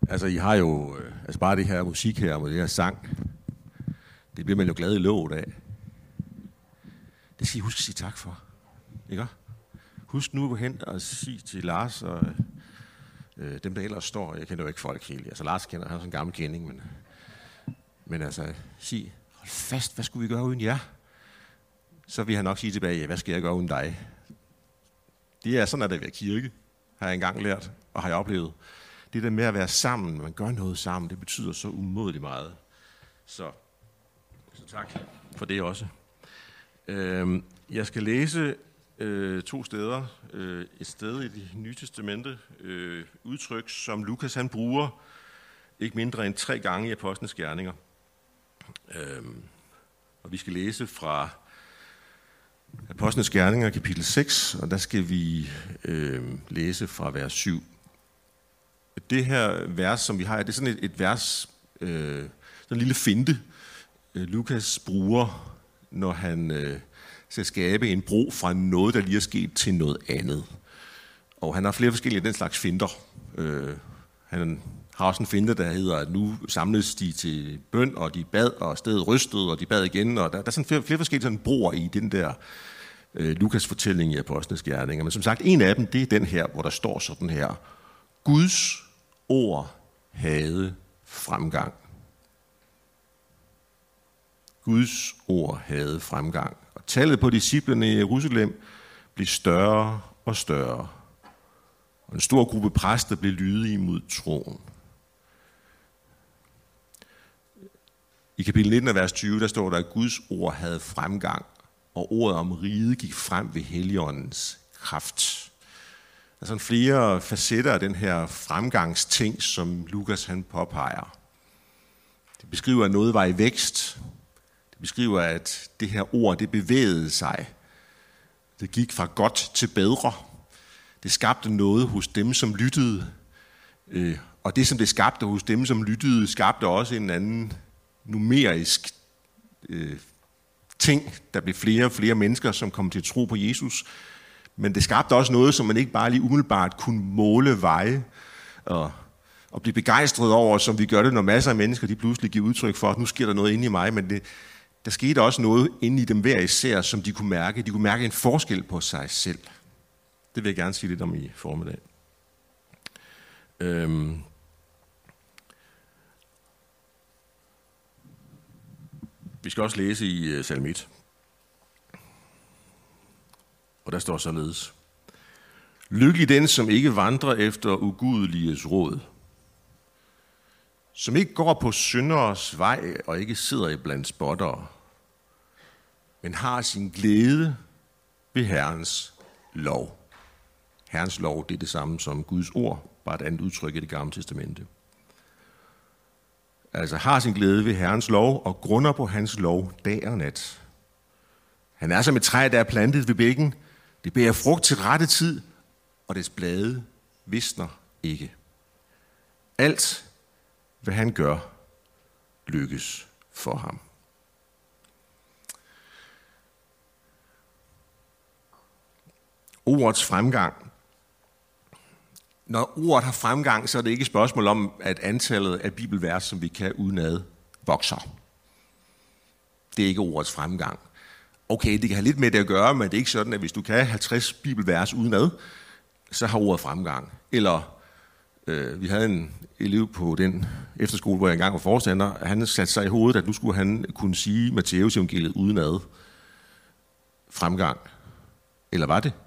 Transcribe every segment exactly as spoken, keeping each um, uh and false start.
Altså, I har jo, øh, altså bare det her musik her, og det her sang, det bliver man jo glad i låget af. Det skal I huske at sige tak for, ikke? Husk nu at gå hen og sige til Lars og øh, dem, der ellers står, jeg kender jo ikke folk helt, altså Lars kender, han er sådan en gammel kending, men, men altså, sig, hold fast, hvad skulle vi gøre uden jer? Så vil han nok sige tilbage, ja, hvad skal jeg gøre uden dig? Det er sådan, at det ved kirke, har jeg engang lært, og har jeg oplevet. Det der med at være sammen, man gør noget sammen, det betyder så umådeligt meget. Så, så tak for det også. Øh, jeg skal læse øh, to steder. Øh, et sted i Det Nye Testamente, øh, udtryk, som Lukas han bruger ikke mindre end tre gange i Apostlenes Gerninger. Øh, og vi skal læse fra Apostlenes Gerninger, kapitel seks, og der skal vi øh, læse fra vers syv. Det her vers, som vi har, det er sådan et, et vers, øh, sådan en lille finte, øh, Lukas bruger, når han øh, skal skabe en bro fra noget, der lige er sket, til noget andet. Og han har flere forskellige den slags finter. Øh, han har også en finte, der hedder, at nu samles de til bøn, og de bad, og stedet rystede, og de bad igen. Og der, der er sådan flere, flere forskellige sådan broer i den der øh, Lukas fortælling i Apostlenes Gerninger. Men som sagt, en af dem, det er den her, hvor der står sådan her: Guds ord havde fremgang. Guds ord havde fremgang. Og tallet på disciplene i Jerusalem blev større og større. Og en stor gruppe præster blev lydige mod troen. I kapitel nitten af vers tyve, der står der, at Guds ord havde fremgang, og ordet om riget gik frem ved Helligåndens kraft. Der er sådan flere facetter af den her fremgangsting, som Lukas han påpeger. Det beskriver, at noget var i vækst. Det beskriver, at det her ord, det bevægede sig. Det gik fra godt til bedre. Det skabte noget hos dem, som lyttede. Og det, som det skabte hos dem, som lyttede, skabte også en anden numerisk øh, ting. Der blev flere og flere mennesker, som kom til at tro på Jesus. Men det skabte også noget, som man ikke bare lige umiddelbart kunne måle, veje og, og blive begejstret over, som vi gør det, når masser af mennesker de pludselig giver udtryk for, at nu sker der noget inde i mig. Men det, der skete også noget inde i dem hver især, som de kunne mærke. De kunne mærke en forskel på sig selv. Det vil jeg gerne sige lidt om i formiddag. Øhm. Vi skal også læse i salme et. Og der står således: Lykkelig den, som ikke vandrer efter ugudeliges råd, som ikke går på synderes vej og ikke sidder i blandt spottere, men har sin glæde ved Herrens lov. Herrens lov, det er det samme som Guds ord, bare et andet udtryk i Det Gamle Testamente. Altså har sin glæde ved Herrens lov og grunder på hans lov dag og nat. Han er som et træ, der er plantet ved bækken. Det bærer frugt til rette tid, og dets blade visner ikke. Alt, hvad han gør, lykkes for ham. Ordets fremgang. Når ordet har fremgang, så er det ikke et spørgsmål om, at antallet af bibelvers, som vi kan udenad, vokser. Det er ikke ordets fremgang. Okay, det kan have lidt med det at gøre, men det er ikke sådan, at hvis du kan halvtreds bibelvers udenad, så har ordet fremgang. Eller øh, vi havde en elev på den efterskole, hvor jeg engang var forstander, han satte sig i hovedet, at nu skulle han kunne sige Matthæus evangeliet udenad. Fremgang. Eller var det?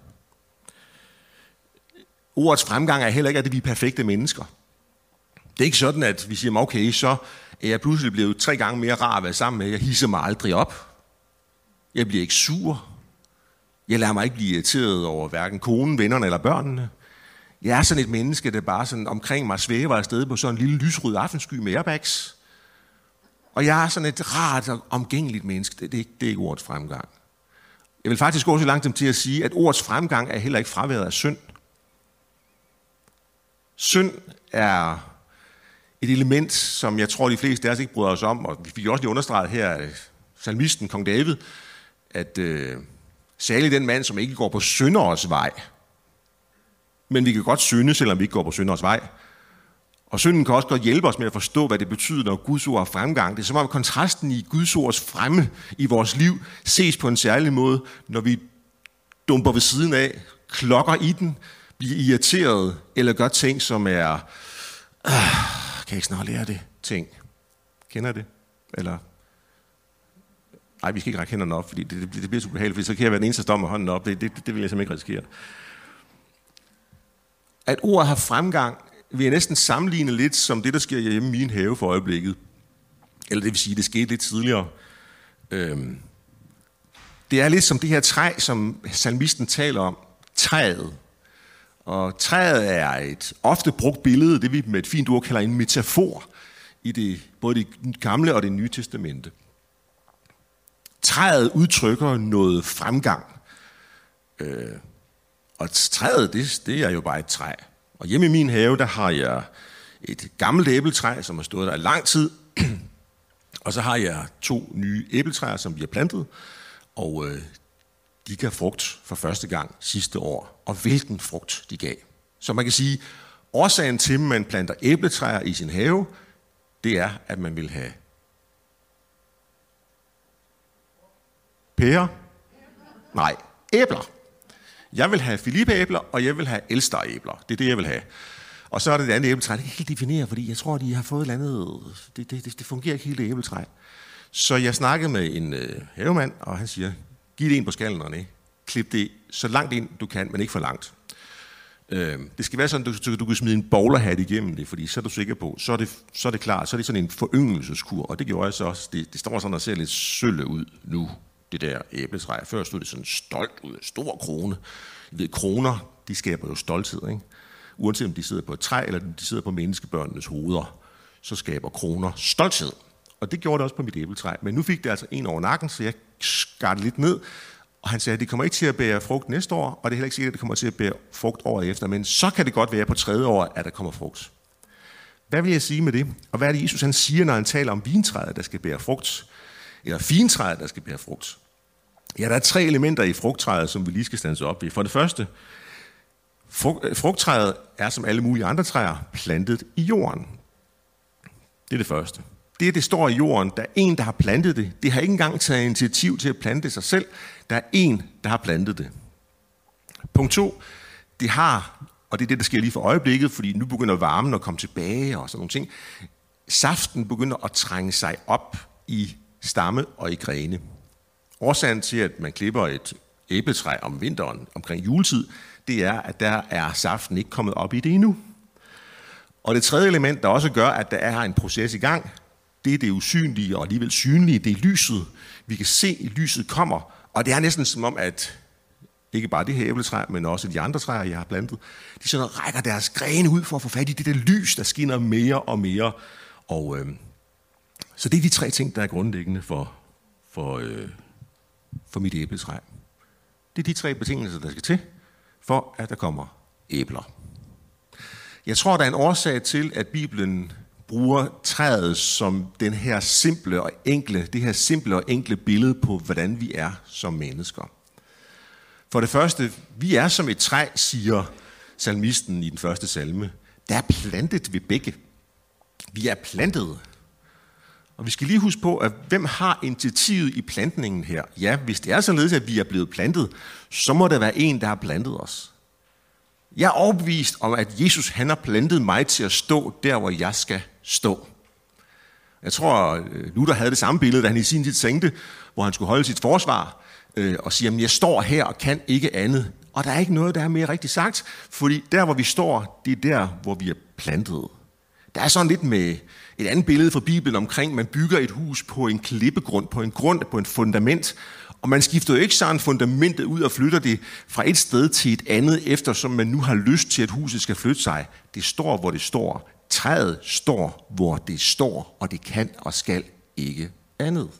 Ordets fremgang er heller ikke, at vi er perfekte mennesker. Det er ikke sådan, at vi siger, okay, så er jeg pludselig blevet tre gange mere rar at være sammen med. Jeg hisser mig aldrig op. Jeg bliver ikke sur. Jeg lader mig ikke blive irriteret over hverken konen, vennerne eller børnene. Jeg er sådan et menneske, der bare sådan omkring mig svæver afsted på sådan en lille lysrød aftensky med airbags. Og jeg er sådan et rart og omgængeligt menneske. Det, det, det er ikke ordets fremgang. Jeg vil faktisk gå så langt til at sige, at ordets fremgang er heller ikke fraværet af synd. Synd er et element, som jeg tror, de fleste af os ikke bryder os om, og vi fik også lige understreget her af salmisten, kong David, at øh, salig den mand, som ikke går på synderes vej. Men vi kan godt synde, selvom vi ikke går på synderes vej. Og synden kan også godt hjælpe os med at forstå, hvad det betyder, når Guds ord er fremgang. Det er som om kontrasten i Guds ords fremme i vores liv ses på en særlig måde, når vi dumper ved siden af, klokker i den, bliver irriteret, eller gør ting, som er, øh, kan jeg ikke snart lære det, ting. Kender det? Eller, nej, vi skal ikke række hænderne op, fordi det, det, det bliver så ubehageligt, fordi så kan jeg være den eneste, der står med hånden op. Det, det, det vil jeg simpelthen ikke risikere. At ordet har fremgang, vil jeg næsten sammenligne lidt som det, der sker hjemme i min have for øjeblikket. Eller det vil sige, det skete lidt tidligere. Øhm, det er lidt som det her træ, som salmisten taler om. Træet. Og træet er et ofte brugt billede, det vi med et fint ord kalder en metafor, i det, både det gamle og det nye testamente. Træet udtrykker noget fremgang. Øh, og træet, det, det er jo bare et træ. Og hjemme i min have, der har jeg et gammelt æbletræ, som har stået der i lang tid. Og så har jeg to nye æbletræer, som vi har plantet. Og øh, de gav frugt for første gang sidste år. Og hvilken frugt de gav. Så man kan sige, årsagen til, at man planter æbletræer i sin have, det er, at man vil have pærer. Nej, æbler. Jeg vil have Filippe-æbler, og jeg vil have Elster-æbler. Det er det, jeg vil have. Og så er det det andet æbletræ. Det kan ikke helt definere, fordi jeg tror, de har fået et eller andet. Det, det, det, det fungerer ikke helt, det æbletræ. Så jeg snakkede med en øh, havemand, og han siger, giv det en på skallen, René. Klip det så langt ind, du kan, men ikke for langt. Øh, det skal være sådan, at du, du kan smide en bowlerhat igennem det, fordi så er du sikker på, så er det, så er det klart. Så er det sådan en foryngelseskur, og det gjorde jeg så også. Det, det står sådan og ser lidt sølle ud nu. Det der æbletræ. Før stod det sådan stolt ud af stor krone. I ved, kroner, de skaber jo stolthed, ikke? Uanset om de sidder på et træ, eller de sidder på menneskebørnenes hoveder, så skaber kroner stolthed. Og det gjorde det også på mit æbletræ. Men nu fik det altså en over nakken, så jeg skar det lidt ned. Og han sagde, at det kommer ikke til at bære frugt næste år, og det er heller ikke sikkert, at det kommer til at bære frugt året efter. Men så kan det godt være på tredje år, at der kommer frugt. Hvad vil jeg sige med det? Og hvad er det, Jesus han siger, når han taler om vintræet, der skal bære frugt? Eller fintræet, der skal bære frugt. Ja, der er tre elementer i frugttræet, som vi lige skal standse op i. For det første, frugttræet er som alle mulige andre træer plantet i jorden. Det er det første. Det, det står i jorden, der er en, der har plantet det. Det har ikke engang taget initiativ til at plante det sig selv. Der er en, der har plantet det. Punkt to, det har, og det er det, der sker lige for øjeblikket, fordi nu begynder varmen at komme tilbage og sådan nogle ting. Saften begynder at trænge sig op i stamme og i grene. Årsagen til, at man klipper et æbletræ om vinteren omkring juletid, det er, at der er saften ikke kommet op i det endnu. Og det tredje element, der også gør, at der er en proces i gang, det er det usynlige og alligevel synlige, det er lyset. Vi kan se, at lyset kommer, og det er næsten som om, at ikke bare det her æbletræ, men også de andre træer, jeg har plantet, de sådan rækker deres grene ud for at få fat i det der lys, der skinner mere og mere. Og øh, så det er de tre ting, der er grundlæggende for, for, øh, for mit æbletræ. Det er de tre betingelser, der skal til, for at der kommer æbler. Jeg tror, der er en årsag til, at Bibelen bruger træet som den her simple og enkle, det her simple og enkle billede på, hvordan vi er som mennesker. For det første, vi er som et træ, siger salmisten i den første salme. Der er plantet ved begge. Vi er plantet. Og vi skal lige huske på, at hvem har initiativet i plantningen her? Ja, hvis det er således, at vi er blevet plantet, så må der være en, der har plantet os. Jeg er overbevist om, at Jesus han har plantet mig til at stå der, hvor jeg skal stå. Jeg tror, Luther havde det samme billede, da han i sin tid tænkte, hvor han skulle holde sit forsvar øh, og sige, at jeg står her og kan ikke andet. Og der er ikke noget, der er mere rigtigt sagt, fordi der, hvor vi står, det er der, hvor vi er plantet. Der er sådan lidt med et andet billede fra Bibelen omkring, man bygger et hus på en klippegrund, på en grund, på en fundament. Og man skifter jo ikke sådan fundamentet ud og flytter det fra et sted til et andet, eftersom man nu har lyst til, at huset skal flytte sig. Det står, hvor det står. Træet står, hvor det står, og det kan og skal ikke andet.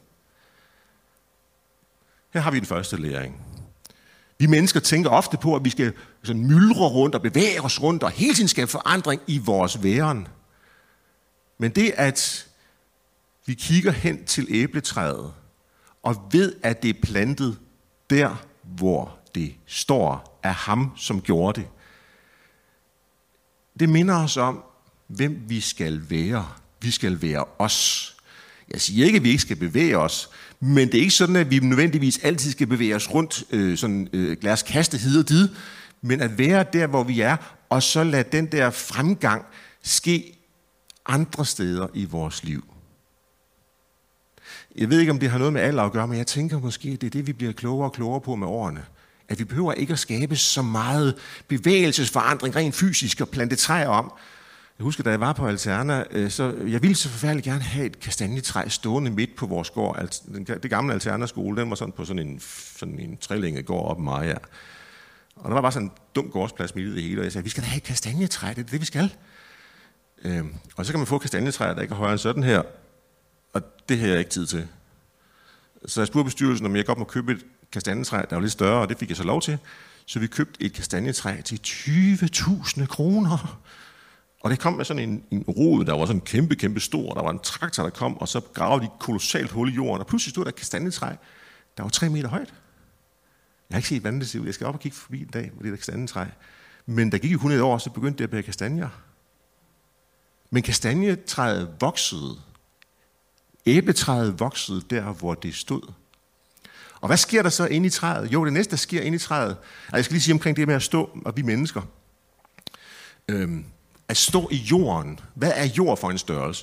Her har vi den første læring. Vi mennesker tænker ofte på, at vi skal sådan myldre rundt og bevæge os rundt og hele tiden skabe forandring i vores væren. Men det, at vi kigger hen til æbletræet og ved, at det er plantet der, hvor det står af ham, som gjorde det, det minder os om, hvem vi skal være. Vi skal være os. Jeg siger ikke, at vi ikke skal bevæge os, men det er ikke sådan, at vi nødvendigvis altid skal bevæge os rundt, øh, sådan, øh, lad os kaste hid og did, men at være der, hvor vi er, og så lade den der fremgang ske andre steder i vores liv. Jeg ved ikke, om det har noget med alder at gøre, men jeg tænker måske, at det er det, vi bliver klogere og klogere på med årene. At vi behøver ikke at skabe så meget bevægelsesforandring, rent fysisk, og plante træer om. Jeg husker, da jeg var på Alterna, så jeg ville så forfærdeligt gerne have et kastanjetræ stående midt på vores gård. Det gamle Alterna-skole, den var sådan på sådan en, sådan en trelænget gård oppe i Maja. Og der var bare sådan en dum gårdsplads midt i det hele, og jeg sagde, vi skal da have et kastanjetræ, det er det, vi skal. Øhm, og så kan man få kastanjetræer, der ikke er højere end sådan her, og det har jeg ikke tid til. Så jeg spurgte bestyrelsen, om jeg godt må købe et kastanjetræ, der var lidt større, og det fik jeg så lov til. Så vi købte et kastanjetræ til tyve tusind kroner. Og det kom med sådan en, en rod, der var sådan kæmpe, kæmpe stor. Der var en traktor, der kom, og så gravede de et kolossalt hul i jorden. Og pludselig stod der et kastanjetræ, der var tre meter højt. Jeg har ikke set, hvordan det ser ud. Jeg skal op og kigge forbi en dag på det der kastanjetræ. Men der gik jo kun et år, så begyndte det at bære kastanjer. Men kastanjetræet voksede. Æbletræet voksede der, hvor det stod. Og hvad sker der så inde i træet? Jo, det næste, der sker inde i træet, og jeg skal lige sige omkring det med at stå, og vi mennesker. Øhm, at stå i jorden. Hvad er jord for en størrelse?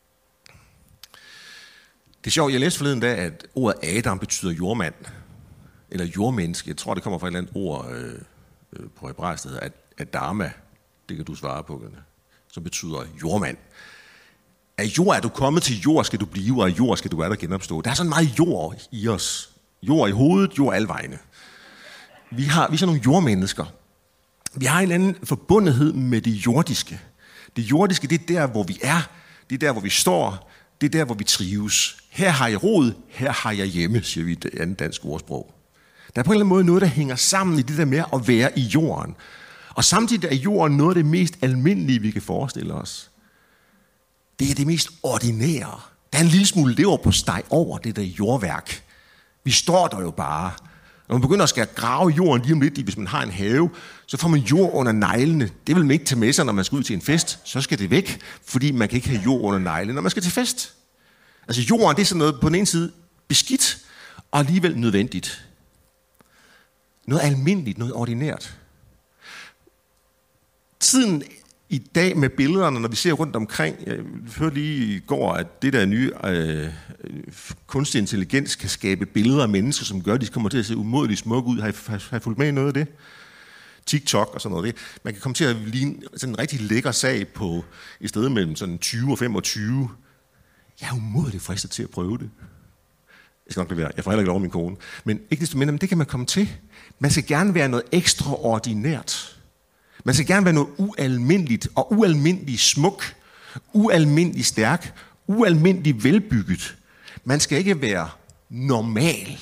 Det er sjovt, jeg læste forleden dag, at ordet Adam betyder jordmand, eller jordmenneske. Jeg tror, det kommer fra et eller andet ord øh, på hebraisk, der hedder Adama. Det kan du svare på, som betyder jordmand. Af jord er du kommet til jord, skal du blive, og af jord skal du være der genopstå. Der er sådan meget jord i os. Jord i hovedet, jord alle vegne. Vi, har, vi er sådan nogle jordmennesker. Vi har en eller anden forbundethed med det jordiske. Det jordiske, det er der, hvor vi er. Det er der, hvor vi står. Det er der, hvor vi trives. Her har jeg rod, her har jeg hjemme, siger vi i det andet danske ordsprog. Der er på en eller anden måde noget, der hænger sammen i det der med at være i jorden. Og samtidig er jorden noget af det mest almindelige, vi kan forestille os. Det er det mest ordinære. Der er en lille smule lever på steg over det der jordværk. Vi står der jo bare. Når man begynder at skal grave jorden lige om lidt, hvis man har en have, så får man jord under neglene. Det vil man ikke tage med sig, når man skal ud til en fest. Så skal det væk, fordi man kan ikke have jord under neglene, når man skal til fest. Altså jorden, det er sådan noget på den ene side beskidt, og alligevel nødvendigt. Noget almindeligt, noget ordinært. Tiden i dag med billederne, når vi ser rundt omkring, jeg hørte lige i går, at det der nye øh, kunstig intelligens kan skabe billeder af mennesker, som gør, at de kommer til at se umådeligt smukke ud. Har I, har, har I fulgt med i noget af det? TikTok og sådan noget. Man kan komme til at ligne sådan en rigtig lækker sag på et sted mellem sådan tyve og femogtyve. Jeg er umådeligt fristet til at prøve det. Jeg skal nok lade være. Jeg får heller ikke lov min kone. Men ikke desto mindre, men det kan man komme til. Man skal gerne være noget ekstraordinært. Man skal gerne være noget ualmindeligt og ualmindeligt smuk, ualmindeligt stærk, ualmindeligt velbygget. Man skal ikke være normal.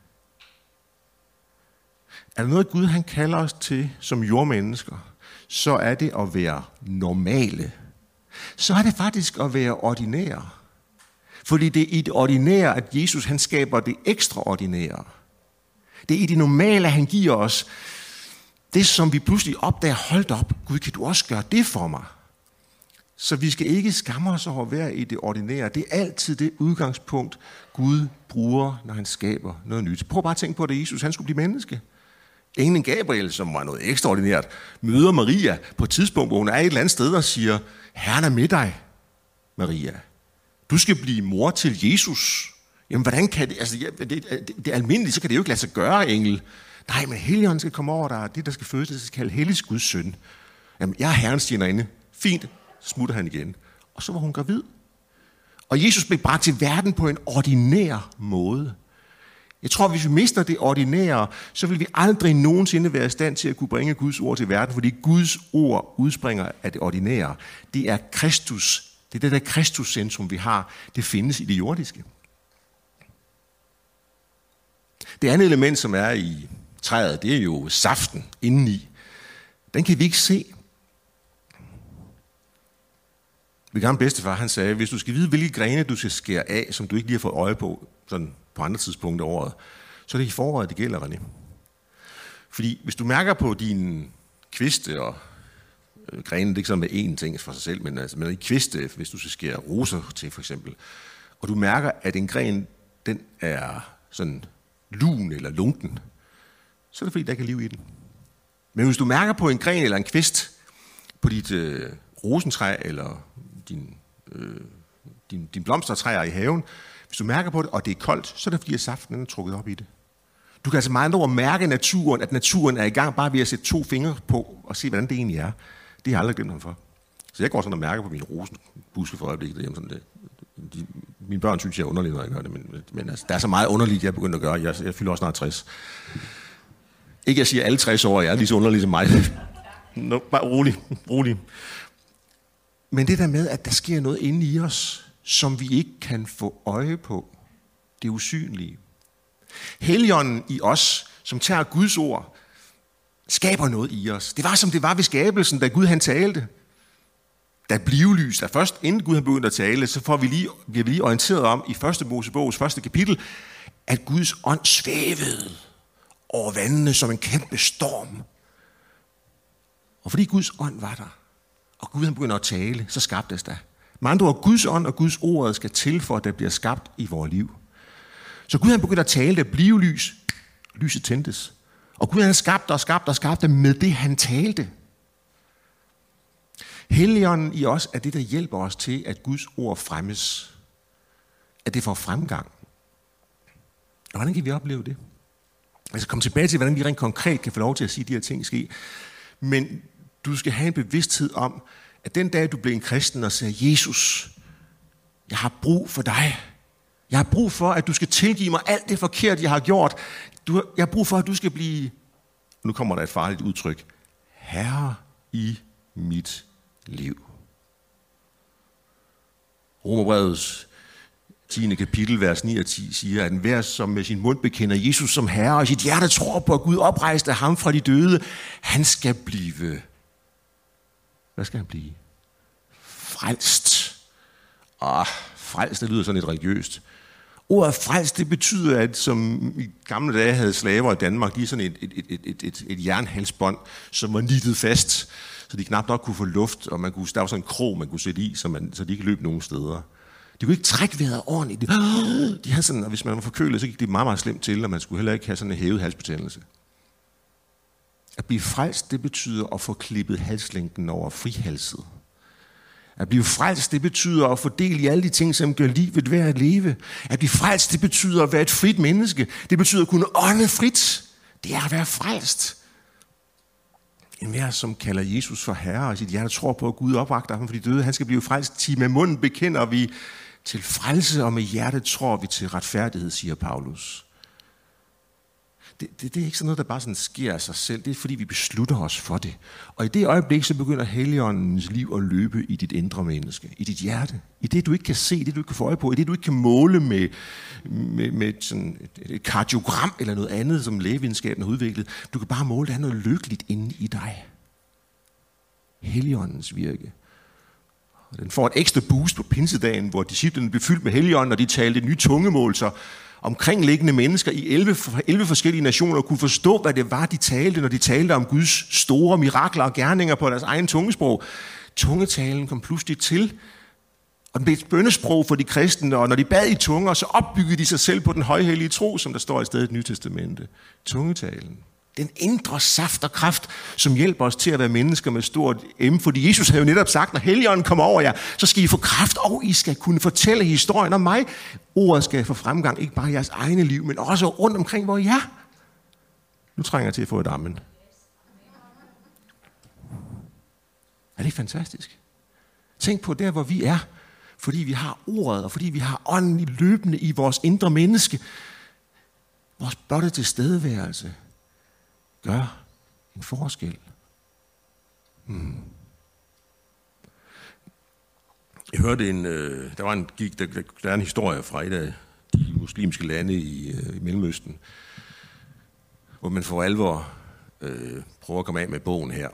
Er der noget Gud, han kalder os til som jordmennesker, så er det at være normale. Så er det faktisk at være ordinære. Fordi det er i det ordinære, at Jesus han skaber det ekstraordinære. Det er i det normale, han giver os det, som vi pludselig opdager, holdt op. Gud, kan du også gøre det for mig? Så vi skal ikke skamme os over at være i det ordinære. Det er altid det udgangspunkt, Gud bruger, når han skaber noget nyt. Prøv bare at tænke på, at Jesus han skulle blive menneske. Englen Gabriel, som var noget ekstraordinært, møder Maria på et tidspunkt, hvor hun er et eller andet sted og siger, Herren er med dig, Maria. Du skal blive mor til Jesus. Jamen, hvordan kan det? Altså, det, det, det er almindeligt, så kan det jo ikke lade sig gøre, engel. Nej, men Helligånden skal komme over dig. Det, der skal fødes, det skal kalde Helligs Guds søn. Jamen, jeg er Herrens tjenerinde. Fint, smutter han igen. Og så var hun gravid. Og Jesus blev bragt til verden på en ordinær måde. Jeg tror, hvis vi mister det ordinære, så vil vi aldrig nogensinde være i stand til at kunne bringe Guds ord til verden, fordi Guds ord udspringer af det ordinære. Det er Kristus. Det er det der Kristuscentrum, vi har. Det findes i det jordiske. Det andet element, som er i træet, det er jo saften indeni. Den kan vi ikke se. Min gamle bedstefar, han sagde, hvis du skal vide, hvilke grene du skal skære af, som du ikke lige har fået øje på, sådan på andre tidspunkter af året, så er det i foråret, det gælder, René. Fordi hvis du mærker på dine kviste og grenen, det er ikke sådan med én ting for sig selv, men, altså, men i kviste, hvis du skal skære roser til for eksempel, og du mærker, at en gren, den er sådan lun eller lunken, så er det fordi, der ikke er liv i den. Men hvis du mærker på en gren eller en kvist, på dit øh, rosentræ eller din, øh, din, din blomstertræer i haven, hvis du mærker på det, og det er koldt, så er det fordi, at saften er trukket op i det. Du kan altså meget andre ord mærke naturen, at naturen er i gang bare ved at sætte to fingre på og se, hvordan det egentlig er. Det har jeg aldrig glemt ham for. Så jeg går sådan og mærker på min rosenbuske for øjeblikket derhjemme. Sådan det. De, mine børn synes, jeg er underlig, når jeg gør det, men, men altså, der er så meget underligt, jeg er begyndt at gøre. Jeg, jeg fylder også snart tres. Ikke jeg siger alle tres år, jeg er lige så underlig som mig. Nå, bare rolig, rolig. Men det der med, at der sker noget inde i os, som vi ikke kan få øje på, det usynlige. Helligånden i os, som tager Guds ord, skaber noget i os. Det var som det var ved skabelsen, da Gud han talte. Der bliver lys, der først inden Gud han begyndte at tale, så får vi lige, bliver vi lige orienteret om i første Mosebogs første kapitel, at Guds ånd svævede over vandene som en kæmpe storm. Og fordi Guds ånd var der, og Gud han begynder at tale, så skabtes der. Med andre ord, Guds ånd og Guds ord skal til, for at der bliver skabt i vores liv. Så Gud han begynder at tale, der bliver lys. Lyset tændtes. Og Gud han skabte og skabte og skabte med det, han talte. Helligånden i os er det, der hjælper os til, at Guds ord fremmes. At det får fremgang. Og hvordan kan vi opleve det? Jeg skal komme tilbage til, hvordan vi rent konkret kan få lov til at sige, at de her ting sker. Men du skal have en bevidsthed om, at den dag, du bliver en kristen og siger, Jesus, jeg har brug for dig. Jeg har brug for, at du skal tilgive mig alt det forkert, jeg har gjort. Du, jeg har brug for, at du skal blive, nu kommer der et farligt udtryk, herre i mit liv. Romerbrevets tiende kapitel, vers ni og ti, siger, at enhver, som med sin mund bekender Jesus som herre, og sit hjerte tror på, at Gud oprejste ham fra de døde, han skal blive, hvad skal han blive? Frelst. Ah, frelst, det lyder sådan lidt religiøst. Ordet frelst, det betyder, at som i gamle dage havde slaver i Danmark, de er sådan et, et, et, et, et, et jernhalsbånd, som var nittet fast, så de knap nok kunne få luft, og man kunne, der var sådan en krog, man kunne sætte i, så, man, så de ikke løb nogen steder. De kunne ikke trække vejret ordentligt. De havde sådan, og hvis man var forkølet, så gik det meget, meget slemt til, og man skulle heller ikke have sådan en hævet halsbetændelse. At blive frelst, det betyder at få klippet halslængden over frihalset. At blive frelst, det betyder at få del i alle de ting, som gør livet værd at leve. At blive frelst, det betyder at være et frit menneske. Det betyder at kunne ånde frit. Det er at være frelst. En hver, som kalder Jesus for herre, og sit hjerte tror på, at Gud opvagter ham for de døde, han skal blive frelst. Til med munden bekender vi til frelse, og med hjertet tror vi til retfærdighed, siger Paulus. Det, det, det er ikke sådan noget, der bare sådan sker af sig selv. Det er, fordi vi beslutter os for det. Og i det øjeblik, så begynder Helligåndens liv at løbe i dit indre menneske, i dit hjerte. I det, du ikke kan se, det du ikke kan få øje på, i det, du ikke kan måle med, med, med sådan et, et kardiogram eller noget andet, som lægevidenskaben har udviklet. Du kan bare måle, der er noget lykkeligt inde i dig. Helligåndens virke. Og den får et ekstra boost på pinsedagen, hvor disciplene blev fyldt med Helligånden, og de talte nye tungemål, så omkringliggende mennesker i elleve forskellige nationer kunne forstå, hvad det var, de talte, når de talte om Guds store mirakler og gerninger på deres egen tungesprog. Tungetalen kom pludselig til, og den blev et bønnesprog for de kristne, og når de bad i tunger, så opbyggede de sig selv på den højhellige tro, som der står i stedet i Nye Testamente. Tungetalen. Den indre saft og kraft, som hjælper os til at være mennesker med stort M. Fordi Jesus havde jo netop sagt, når Helligånden kommer over jer, så skal I få kraft, og I skal kunne fortælle historien om mig. Ordet skal få fremgang, ikke bare i jeres egne liv, men også rundt omkring, hvor I er. Nu trænger jeg til at få et amen. Er det fantastisk? Tænk på der, hvor vi er, fordi vi har ordet, og fordi vi har ånden løbende i vores indre menneske. Vores blotte tilstedeværelse gør en forskel. Hmm. Jeg hørte en, øh, der var en, gik, der, der er en historie fra et af de muslimske lande i, øh, i Mellemøsten, hvor man for alvor øh, prøver at komme af med bogen her.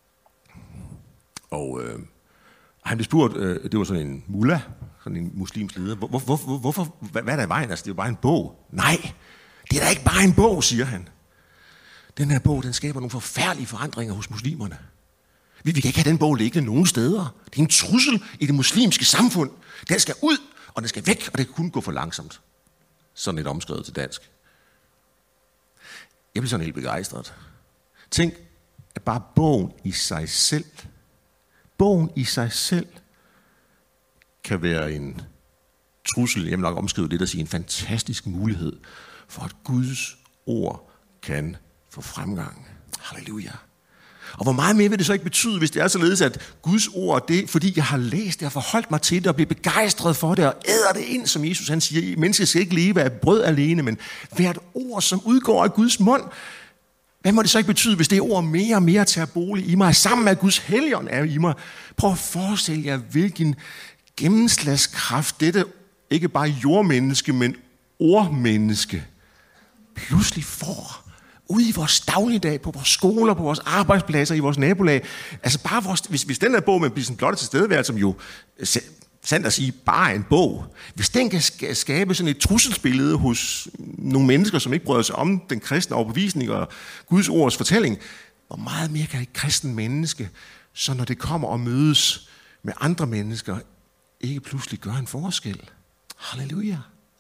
Og øh, han blev spurgt, øh, det var sådan en mullah, sådan en muslimsk leder, hvor, hvor, hvor, hvorfor, hvad, hvad er der i vejen? Altså, det er jo bare en bog. Nej, det er da ikke bare en bog, siger han. Den her bog, den skaber nogle forfærdelige forandringer hos muslimerne. Vi, vi kan ikke have den bog liggende nogen steder. Det er en trussel i det muslimske samfund. Den skal ud, og den skal væk, og det kan kun gå for langsomt. Sådan et omskrevet til dansk. Jeg bliver sådan helt begejstret. Tænk, at bare bogen i sig selv, bogen i sig selv, kan være en trussel, jeg vil nok omskrive det, der siger en fantastisk mulighed for, at Guds ord kan få fremgang. Halleluja. Og hvor meget mere vil det så ikke betyde, hvis det er således, at Guds ord, det fordi jeg har læst det og forholdt mig til det og bliver begejstret for det og æder det ind, som Jesus han siger, mennesket skal ikke leve af brød alene, men hvert ord, som udgår af Guds mund. Hvad må det så ikke betyde, hvis det ord mere og mere tager bolig i mig, sammen med Guds helligånd er i mig? Prøv at forestille jer, hvilken gennemslagskraft dette, ikke bare jordmenneske, men ordmenneske, pludselig får. Ude i vores dagligdag, på vores skoler, på vores arbejdspladser, i vores nabolag. Altså bare vores, hvis, hvis den her bog med bliver sådan blot til stedeværelse, som jo sandt at sige, bare er en bog. Hvis den kan skabe sådan et trusselsbillede hos nogle mennesker, som ikke bryder sig om den kristne overbevisning og Guds ords fortælling, hvor meget mere kan et kristen menneske, så når det kommer og mødes med andre mennesker, ikke pludselig gøre en forskel. Halleluja.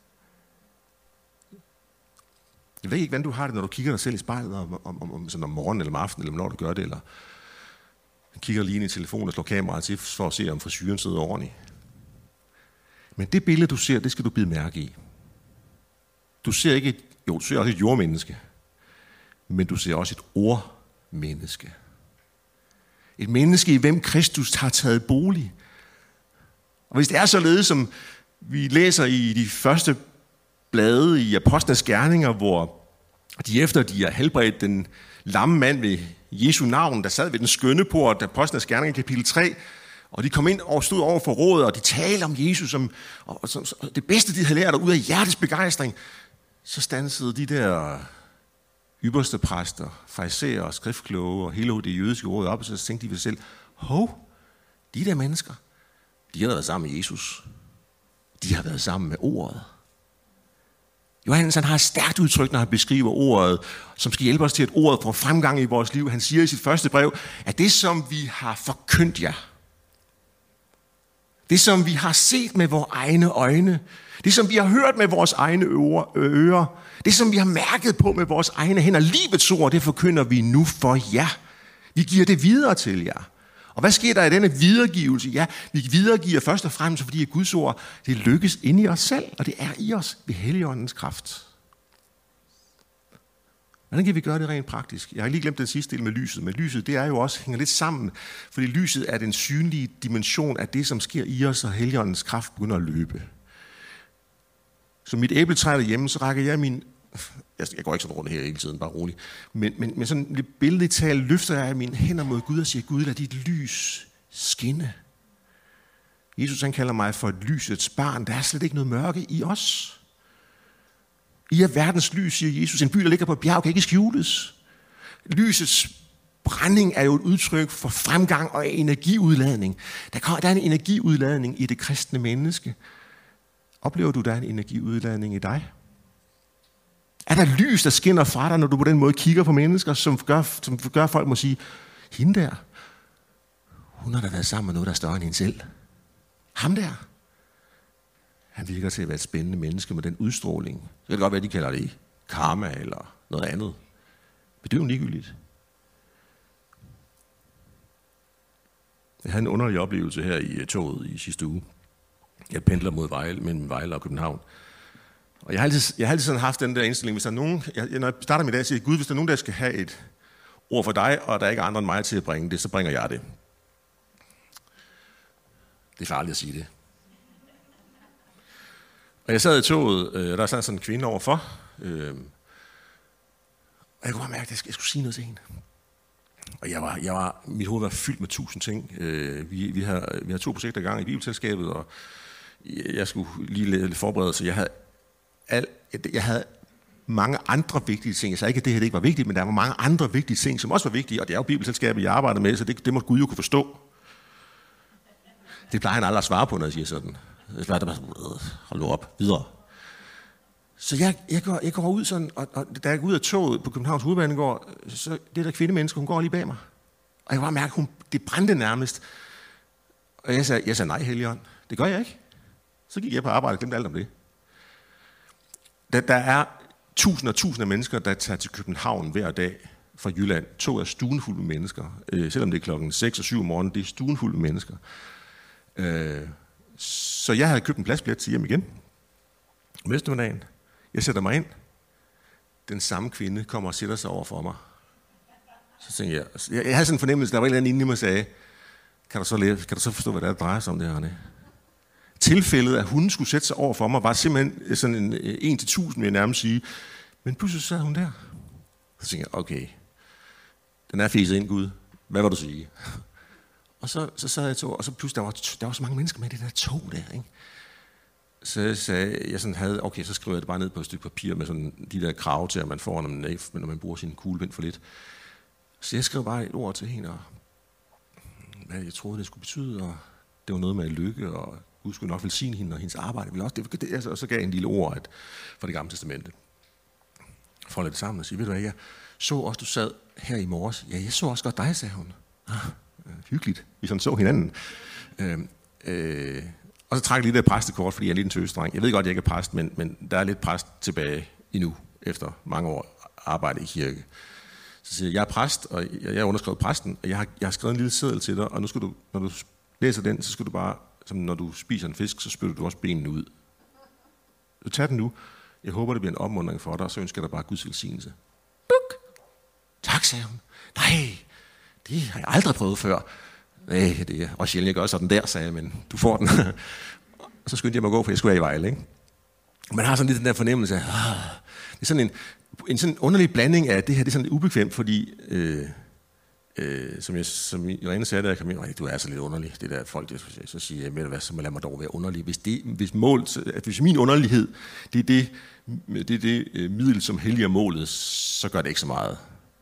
Jeg ved ikke, hvordan du har det, når du kigger dig selv i spejlet om, om, om, sådan om morgenen eller om aftenen, eller når du gør det, eller kigger lige ind i telefonen og slår kameraet til, for at se, om frisyren sidder ordentligt. Men det billede, du ser, det skal du bide mærke i. Du ser ikke et, jo, du ser også et jordmenneske, men du ser også et ordmenneske. Et menneske, i hvem Kristus har taget bolig. Og hvis det er således, som vi læser i de første blade i Apostlenes Gerninger, hvor de efter de har helbredt den lamme mand ved Jesu navn, der sad ved den skønne port, Apostlenes Gerninger kapitel tre, og de kom ind og stod over for rådet, og de talte om Jesus, som, og, og, og det bedste, de havde lært ud af hjertets begejstring, så standsede de der ypperste præster, farisæer og skriftkloge og hele det jødiske råd op, og så tænkte de ved sig selv, hov, de der mennesker, de har været sammen med Jesus. De har været sammen med ordet. Johannes han har et stærkt udtryk, når han beskriver ordet, som skal hjælpe os til, at ordet får fremgang i vores liv. Han siger i sit første brev, at det, som vi har forkyndt jer, det, som vi har set med vores egne øjne, det, som vi har hørt med vores egne ører, det, som vi har mærket på med vores egne hænder, livets ord, det forkynder vi nu for jer. Vi giver det videre til jer. Og hvad sker der i denne videregivelse? Ja, vi videregiver først og fremmest, fordi Guds ord, det lykkes inde i os selv, og det er i os ved Helligåndens kraft. Hvordan kan vi gøre det rent praktisk? Jeg har lige glemt den sidste del med lyset, men lyset, det er jo også, hænger lidt sammen, fordi lyset er den synlige dimension af det, som sker i os, og Helligåndens kraft begynder at løbe. Så mit æbletræ derhjemme, så rækker jeg min... Jeg går ikke sådan rundt her hele tiden, bare roligt. Men, men, men sådan lidt billedligt talt løfter jeg mine hænder mod Gud og siger, Gud, lad dit lys skinne. Jesus han kalder mig for et lysets barn. Der er slet ikke noget mørke i os. I er verdens lys, siger Jesus. En by, der ligger på et bjerg, kan ikke skjules. Lysets brænding er jo et udtryk for fremgang og energiudladning. Der, kan, der er en energiudladning i det kristne menneske. Oplever du, der er en energiudladning i dig? Er der lys, der skinner fra dig, når du på den måde kigger på mennesker, som gør, som gør folk må sige, hende der, hun har da været sammen med noget, der er større end hende selv. Ham der, han virker til at være et spændende menneske med den udstråling. Det kan godt være, de kalder det karma eller noget andet. Men det er jo ligegyldigt. Jeg havde en underlig oplevelse her i toget i sidste uge. Jeg pendler mod Vejle, mellem Vejle og København. Og jeg har, altid, jeg har altid sådan haft den der indstilling, hvis der er nogen, jeg, når jeg starter min dag, siger jeg, Gud, hvis der er nogen, der skal have et ord for dig, og der er ikke andre end mig til at bringe det, så bringer jeg det. Det er farligt at sige det. Og jeg sad i toget, øh, der sad sådan en kvinde overfor, øh, og jeg kunne bare mærke, at jeg skulle sige noget til hende. Og jeg var, jeg var, mit hoved var fyldt med tusind ting. Øh, vi, vi, har, vi har to projekter i gang i Bibelselskabet, og jeg skulle lige lidt forberede, så jeg havde Al, jeg havde mange andre vigtige ting. Jeg sagde ikke, at det her ikke var vigtigt, men der var mange andre vigtige ting, som også var vigtige, og det er jo Bibelselskabet, jeg arbejder med, så det, det må Gud jo kunne forstå. Det plejer han aldrig at svare på, når jeg siger sådan. Jeg plejer bare sådan, hold nu op, videre. Så jeg, jeg, går, jeg går ud sådan, og, og da jeg går ud af toget på Københavns Hovedbanegård, så det der kvindemenneske, hun går lige bag mig. Og jeg kunne bare mærke, hun, det brændte nærmest. Og jeg sagde, jeg sagde nej, Helligånd. Det gør jeg ikke. Så gik jeg på arbejde og glemte alt om det. Der, der er tusinder og tusinder af mennesker, der tager til København hver dag fra Jylland. Tog er stuenfulde med mennesker. Øh, selvom det er klokken seks og syv om morgenen, det er stuenfulde med mennesker. Øh, så jeg havde købt en pladsbillet til hjem igen. Om eftermiddagen. Jeg sætter mig ind. Den samme kvinde kommer og sætter sig over for mig. Så tænkte jeg, jeg, jeg havde sådan en fornemmelse, der var en eller anden inde i mig, sagde, kan du så, lære, kan du så forstå, hvad det er, der drejer sig om det her, René? Tilfældet, at hun skulle sætte sig over for mig, var simpelthen sådan en en til tusind, vil jeg nærmest sige. Men pludselig sad hun der. Så tænkte jeg, okay, den er fæset ind, Gud. Hvad vil du sige? Og så, så sad jeg tog, og så pludselig, der var, der var så mange mennesker med i det der tog der, ikke? Så jeg sagde, jeg sådan havde, okay, så skriver jeg det bare ned på et stykke papir med sådan de der krav til, at man får, når man, når man bruger sin kuglepind for lidt. Så jeg skrev bare et ord til hende, og hvad jeg troede, det skulle betyde, og det var noget med lykke, og Gud skulle nok velsigne hende, og hendes arbejde ville også. Det, det, og så gav jeg en lille ord at, fra det gamle testamente. For at lade det sammen og sige, ved du hvad, jeg så også, du sad her i morges. Ja, jeg så også godt dig, sagde hun. Ah, hyggeligt, vi sådan så hinanden. Øh, øh, og så trak jeg lige det præstekort, fordi jeg er lidt en tøsdreng. Jeg ved godt, jeg ikke er præst, men, men der er lidt præst tilbage endnu, efter mange år arbejde i kirke. Så siger jeg, jeg er præst, og jeg har underskrevet præsten, og jeg har, jeg har skrevet en lille seddel til dig, og nu skal du, når du læser den, så skal du bare, som når du spiser en fisk, så spytter du også benene ud. Så tag den nu. Jeg håber, det bliver en opmuntring for dig, og så ønsker jeg dig bare Guds velsignelse. Duk! Tak, sagde hun. Nej, det har jeg aldrig prøvet før. Nej, det er også sjældent, jeg gør sådan der, sagde jeg, men du får den. Og så skyndte jeg mig at gå, for jeg skulle være i Vejle, ikke? Man har sådan lidt den der fornemmelse af, ah, det er sådan en, en sådan underlig blanding af, det her det er sådan lidt ubekvemt, fordi, øh, øh, som jeg som Irene sagde, da jeg kom ind, du er så lidt underlig, det der folk, det, så siger jeg, med hvad, så lad mig dog være underlig. Hvis, det, hvis, mål, hvis min underlighed, det er det, det, er det øh, middel, som helliger målet, så gør det ikke så meget.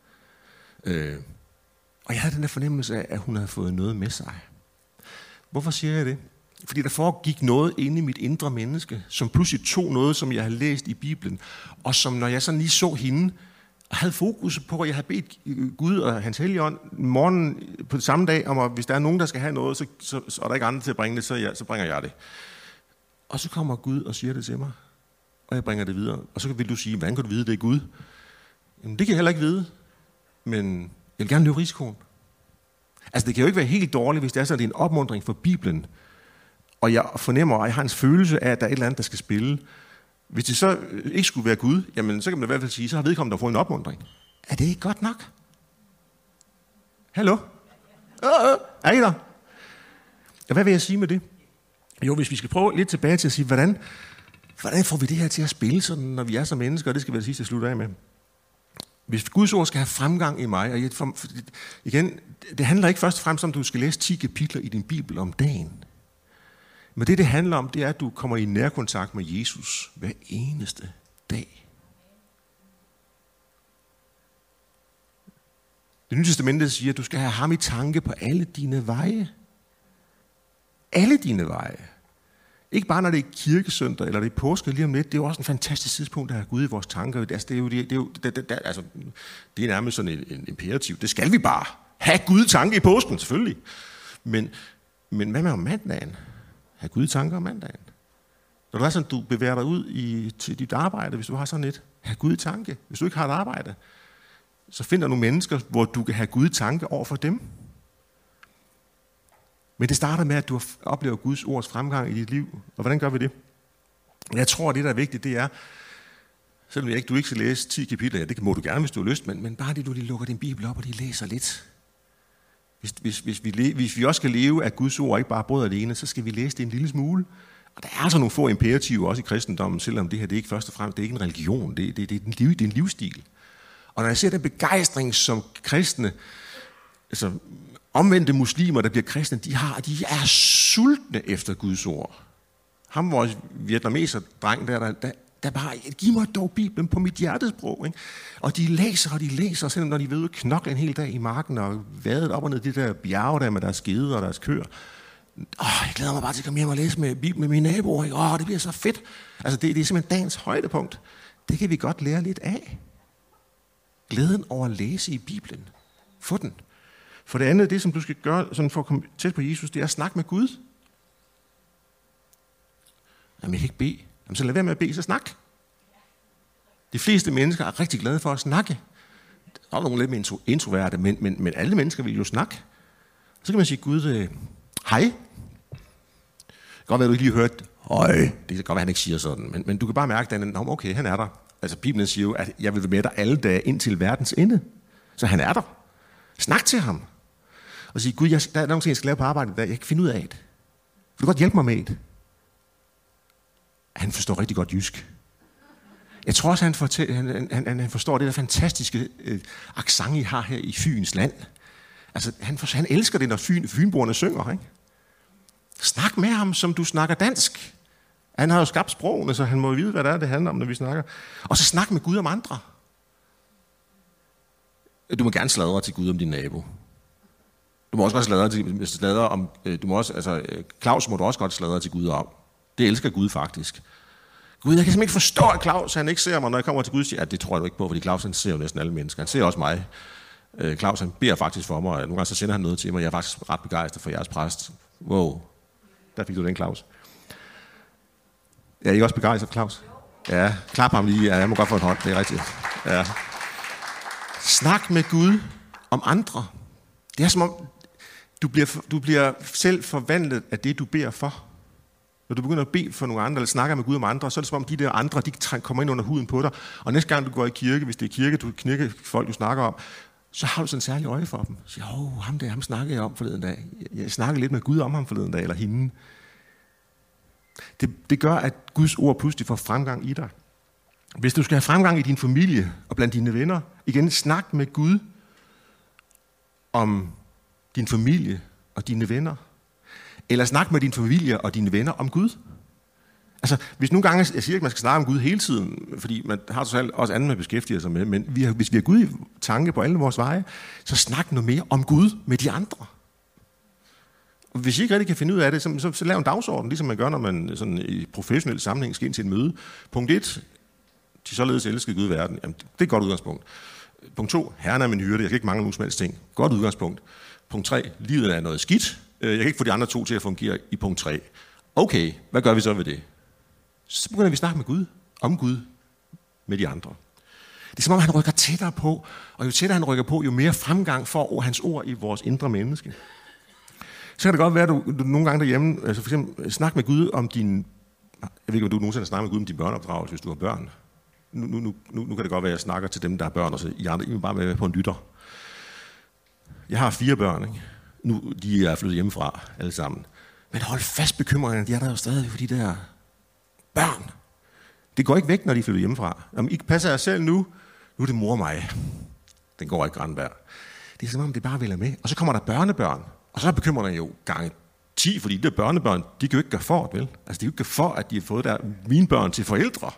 Øh, og jeg havde den der fornemmelse af, at hun havde fået noget med sig. Hvorfor siger jeg det? Fordi der foregik noget inde i mit indre menneske, som pludselig tog noget, som jeg havde læst i Bibelen, og som når jeg sådan lige så hende, og havde fokus på, at jeg havde bedt Gud og hans Helligånd morgen på det samme dag, om at hvis der er nogen, der skal have noget, så, så, så er der ikke andre til at bringe det, så, jeg, så bringer jeg det. Og så kommer Gud og siger det til mig, og jeg bringer det videre. Og så vil du sige, hvordan kan du vide, det er Gud? Jamen, det kan jeg heller ikke vide, men jeg vil gerne løbe risikoen. Altså, det kan jo ikke være helt dårligt, hvis det er sådan, det er en opmuntring for Bibelen, og jeg fornemmer, og jeg har en følelse af, at der er et eller andet, der skal spille. Hvis det så ikke skulle være Gud, jamen så kan man i hvert fald sige, så har vedkommende der fået en opmuntring. Er det ikke godt nok? Hallo? Øh, øh, er I der? Og hvad vil jeg sige med det? Jo, hvis vi skal prøve lidt tilbage til at sige, hvordan, hvordan får vi det her til at spille, sådan, når vi er som mennesker, og det skal vi da sidst slutte af med. Hvis Guds ord skal have fremgang i mig, og jeg, for, for, igen, det handler ikke først og fremmest om, at du skal læse ti kapitler i din Bibel om dagen. Men det, det handler om, det er, at du kommer i nærkontakt med Jesus hver eneste dag. Det Nye Testamente siger, at du skal have ham i tanke på alle dine veje. Alle dine veje. Ikke bare, når det er kirkesøndag, eller det er påske lige om lidt. Det er jo også en fantastisk tidspunkt, at have Gud i vores tanker. Altså, det er jo, det, det er jo det, det, det, altså, det er nærmest sådan en, en imperativ. Det skal vi bare. Have Gud i tanke i påsken, selvfølgelig. Men, men hvad med om mandagen? Have Gud i tanker om mandagen. Når du er sådan, du bevæger dig ud i, til dit arbejde, hvis du har sådan et, have Gud i tanke. Hvis du ikke har et arbejde, så find der nogle mennesker, hvor du kan have Gud i tanke over for dem. Men det starter med, at du oplever Guds ords fremgang i dit liv. Og hvordan gør vi det? Jeg tror, at det, der er vigtigt, det er, selvom jeg ikke, du ikke skal læse ti kapitler, ja, det må du gerne, hvis du har lyst, men, men bare det, du lige lukker din Bibel op, og de læser lidt. Hvis, hvis, hvis, vi, hvis vi også skal leve af Guds ord, ikke bare brød alene, så skal vi læse det en lille smule. Og der er altså nogle få imperativer også i kristendommen, selvom det her det er ikke først og fremmest, det er ikke en religion, det, det, det, er, en liv, det er en livsstil. Og når jeg ser den begejstring, som kristne, altså omvendte muslimer, der bliver kristne, de, har, de er sultne efter Guds ord. Ham, vores vietnameser-dreng, der, der, der, der bare, giv mig dog Bibelen på mit hjertesprog. Ikke? Og de læser, og de læser, selvom når de ved at knokle en hel dag i marken, og vadet op og ned de der bjerge der med deres skede og deres køer. Åh, jeg glæder mig bare til at komme hjem og læse med Bibelen med mine naboer. Ikke? Åh, det bliver så fedt. Altså, det, det er simpelthen dagens højdepunkt. Det kan vi godt lære lidt af. Glæden over at læse i Bibelen. Få den. For det andet, det som du skal gøre sådan for at komme tæt på Jesus, det er at snakke med Gud. Jamen, jeg kan ikke bede. Jamen, så lad være med at bede, så snak. De fleste mennesker er rigtig glade for at snakke. Der er nogle lidt mere introverte, men, men, men alle mennesker vil jo snakke. Så kan man sige, Gud, øh, hej. Det kan godt være, du ikke lige har hørt, hej. Det kan godt være, han ikke siger sådan, men, men du kan bare mærke, at han, okay, han er der. Altså, Bibelen siger jo, at jeg vil være med dig alle dage indtil verdens ende. Så han er der. Snak til ham. Og sige, Gud, jeg, der er nogle ting, jeg skal lave på arbejde i dag. Jeg kan finde ud af det. Vil du godt hjælpe mig med det? Han forstår rigtig godt jysk. Jeg tror også, han, fortæ- han, han, han forstår det der fantastiske øh, accent, I har her i Fyns land. Altså, han, for, han elsker det, når fyn, fynboerne synger. Ikke? Snak med ham, som du snakker dansk. Han har jo skabt sprogene, så han må vide, hvad det er, det handler om, når vi snakker. Og så snak med Gud om andre. Du må gerne sladre til Gud om din nabo. Du må også godt sladre til sladre om. Du må også, altså, Claus må du også godt sladre til Gud om. Det elsker Gud faktisk. Gud, jeg kan simpelthen ikke forstå, at Claus han ikke ser mig, når jeg kommer til Gud. Ja, det tror jeg du ikke på, fordi Claus han ser jo næsten alle mennesker. Han ser også mig. Claus han beder faktisk for mig, og nogle gange så sender han noget til mig. Jeg er faktisk ret begejstret for jeres præst. Wow, der fik du den, Claus. Er I også begejstret, Claus? Ja, klap ham lige. Ja, jeg må godt få en hånd, det er rigtigt. Ja. Snak med Gud om andre. Det er som om, du bliver, du bliver selv forvandlet af det, du beder for. Når du begynder at bede for nogle andre, eller snakker med Gud om andre, så er det som om, de der andre, de kommer ind under huden på dig. Og næste gang, du går i kirke, hvis det er kirke, du knirker folk, du snakker om, så har du sådan en særlig øje for dem. Så siger, åh, ham der, ham snakker jeg om forleden dag. Jeg snakker lidt med Gud om ham forleden dag, eller hende. Det, det gør, at Guds ord pludselig får fremgang i dig. Hvis du skal have fremgang i din familie og blandt dine venner, igen, snak med Gud om din familie og dine venner. Eller snak med din familie og dine venner om Gud. Altså, hvis nogle gange, jeg siger ikke, man skal snakke om Gud hele tiden, fordi man har så også andet, man beskæftiger sig med, men vi har, hvis vi har Gud i tanke på alle vores veje, så snak noget mere om Gud med de andre. Og hvis I ikke rigtig kan finde ud af det, så, så, så lav en dagsorden, ligesom man gør, når man sådan, i professionel sammenhæng skal ind til et møde. Punkt et, de således elskede Gud i verden. Jamen, det er et godt udgangspunkt. Punkt to, Herren er min hyrde, jeg kan ikke mangle nogen som helst ting. Godt udgangspunkt. Punkt tre, livet er noget skidt. Jeg kan ikke få de andre to til at fungere i punkt tre. Okay, hvad gør vi så ved det? Så begynder vi at snakke med Gud, om Gud, med de andre. Det er som om, han rykker tættere på, og jo tættere han rykker på, jo mere fremgang får hans ord i vores indre menneske. Så kan det godt være, at du, du nogle gange derhjemme, altså for eksempel, snak med Gud om din, jeg ved ikke, om du nogensinde snakker med Gud om din børneopdragelse, hvis du har børn. Nu, nu, nu, nu kan det godt være, at jeg snakker til dem, der har børn, og så I andre, I må bare være på en lytter. Jeg har fire børn, ikke? Nu, de er flyttet hjemmefra, alle sammen. Men hold fast, bekymringerne, de er der jo stadig for de der børn. Det går ikke væk, når de flytter hjemmefra. Om I passer jer selv nu, nu er det mor og mig. Den går ikke Granberg. Det er som om, det bare vælger med. Og så kommer der børnebørn. Og så er bekymringerne jo gange ti, fordi de der børnebørn, de kan jo ikke gøre for det, vel? Altså, de kan jo ikke gøre for, at de har fået der mine børn til forældre.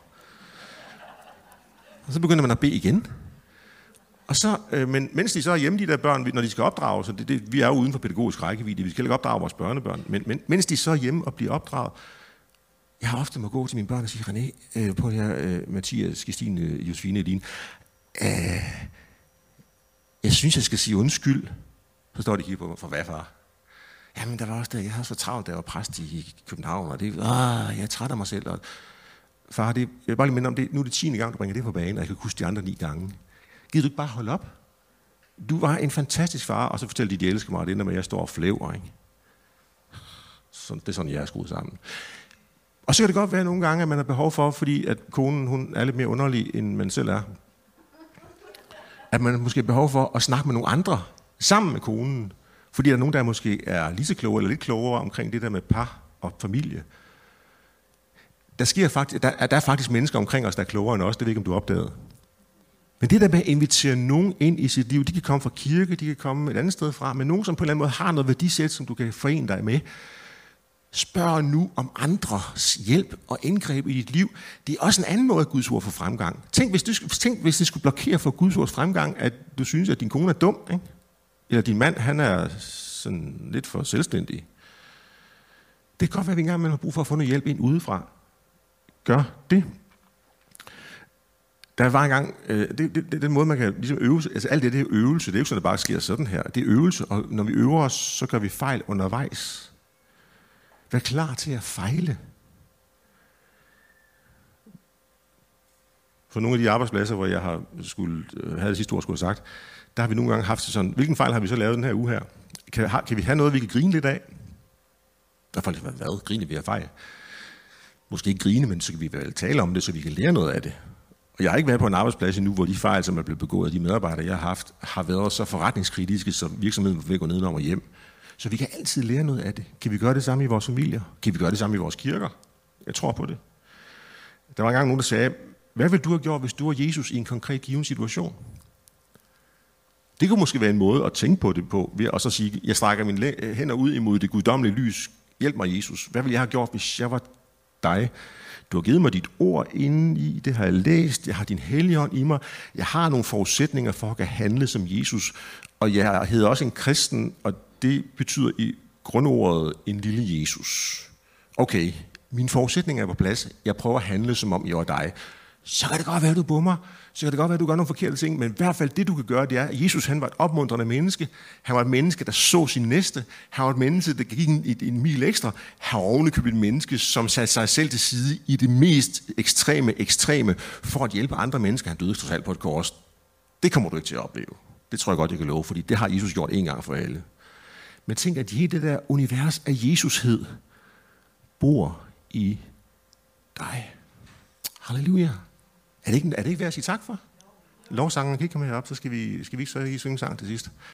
Og så begynder man at bede igen. Og så, øh, men mens de så er hjemme, de der børn, når de skal opdrage, så det, det, vi er jo uden for pædagogisk rækkevidde, vi skal ikke opdrage vores børnebørn, men, men mens de så er hjemme og bliver opdraget, jeg har ofte må gå til mine børn og sige, René, øh, på det her, øh, Mathias, Christine, Josefine, Eline, øh, jeg synes, jeg skal sige undskyld. Så står de kigger på mig, for hvad, far? Jamen, der var også der, jeg havde så travlt, da jeg var præst i København, og det, ah, jeg er træt af mig selv. Og, far, det, jeg vil bare lige minde om det, nu er det tiende gang, du bringer det på banen, og jeg kan huske de andre ni gange. Gider du ikke bare holde op? Du var en fantastisk far, og så fortæller de, de elsker mig, og det ender med, at jeg står og flæver, ikke? Så, det er sådan, jeg er skruet sammen. Og så kan det godt være nogle gange, at man har behov for, fordi at konen hun er lidt mere underlig, end man selv er. At man måske har behov for at snakke med nogle andre, sammen med konen. Fordi der er nogen, der måske er lige så kloge, eller lidt klogere omkring det der med par og familie. Der, sker faktisk, der, er, der er faktisk mennesker omkring os, der er klogere end os, det ved ikke, om du opdagede. Men det der med at invitere nogen ind i sit liv, de kan komme fra kirke, de kan komme et andet sted fra, men nogen, som på en eller anden måde har noget værdisæt, som du kan forene dig med. Spørg nu om andres hjælp og indgreb i dit liv. Det er også en anden måde, at Guds ord får fremgang. Tænk, hvis, du, tænk, hvis det skulle blokere for Guds ords fremgang, at du synes, at din kone er dum, ikke? Eller din mand, han er sådan lidt for selvstændig. Det kan godt være, at vi engang har brug for at få noget hjælp ind udefra. Gør det. Der var engang, øh, det, det, det, den måde, man kan ligesom øve sig, altså alt det, det er øvelse, det er jo ikke sådan, det bare sker sådan her. Det er øvelse, og når vi øver os, så gør vi fejl undervejs. Vær klar til at fejle. For nogle af de arbejdspladser, hvor jeg har skulle, havde det sidste ord skulle have sagt, der har vi nogle gange haft sådan, hvilken fejl har vi så lavet den her uge her? Kan, har, kan vi have noget, vi kan grine lidt af? Der er faktisk hvad? Grine ved at fejle. Måske ikke grine, men så kan vi vel tale om det, så vi kan lære noget af det. Og jeg har ikke været på en arbejdsplads endnu, hvor de fejl, som er blevet begået af de medarbejdere, jeg har haft, har været så forretningskritiske, som virksomheden vil gå nedenom og hjem. Så vi kan altid lære noget af det. Kan vi gøre det samme i vores familier? Kan vi gøre det samme i vores kirker? Jeg tror på det. Der var engang nogen, der sagde, hvad ville du have gjort, hvis du var Jesus i en konkret given situation? Det kunne måske være en måde at tænke på det på, ved at så sige, jeg strækker mine hænder ud imod det guddommelige lys. Hjælp mig, Jesus. Hvad ville jeg have gjort, hvis jeg var dig? Du har givet mig dit ord inde i, det har jeg læst, jeg har din helligånd i mig, jeg har nogle forudsætninger for at kan handle som Jesus, og jeg hedder også en kristen, og det betyder i grundordet en lille Jesus. Okay, mine forudsætninger er på plads, jeg prøver at handle som om jeg var dig. Så kan det godt være, at du bummer, så kan det godt være, at du gør nogle forkerte ting, men i hvert fald det, du kan gøre, det er, at Jesus han var et opmuntrende menneske. Han var et menneske, der så sin næste. Han var et menneske, der gik en, en mil ekstra. Han var ovenikøbet et menneske, som satte sig selv til side i det mest ekstreme ekstreme for at hjælpe andre mennesker. Han døde totalt på et kors. Det kommer du ikke til at opleve. Det tror jeg godt, jeg kan love, fordi det har Jesus gjort en gang for alle. Men tænk, at hele det der univers af Jesushed bor i dig. Halleluja. Er det ikke, er det ikke værd at sige tak for? Lovsangen kan ikke komme herop, så skal vi, skal vi ikke så ikke synge sang til sidst.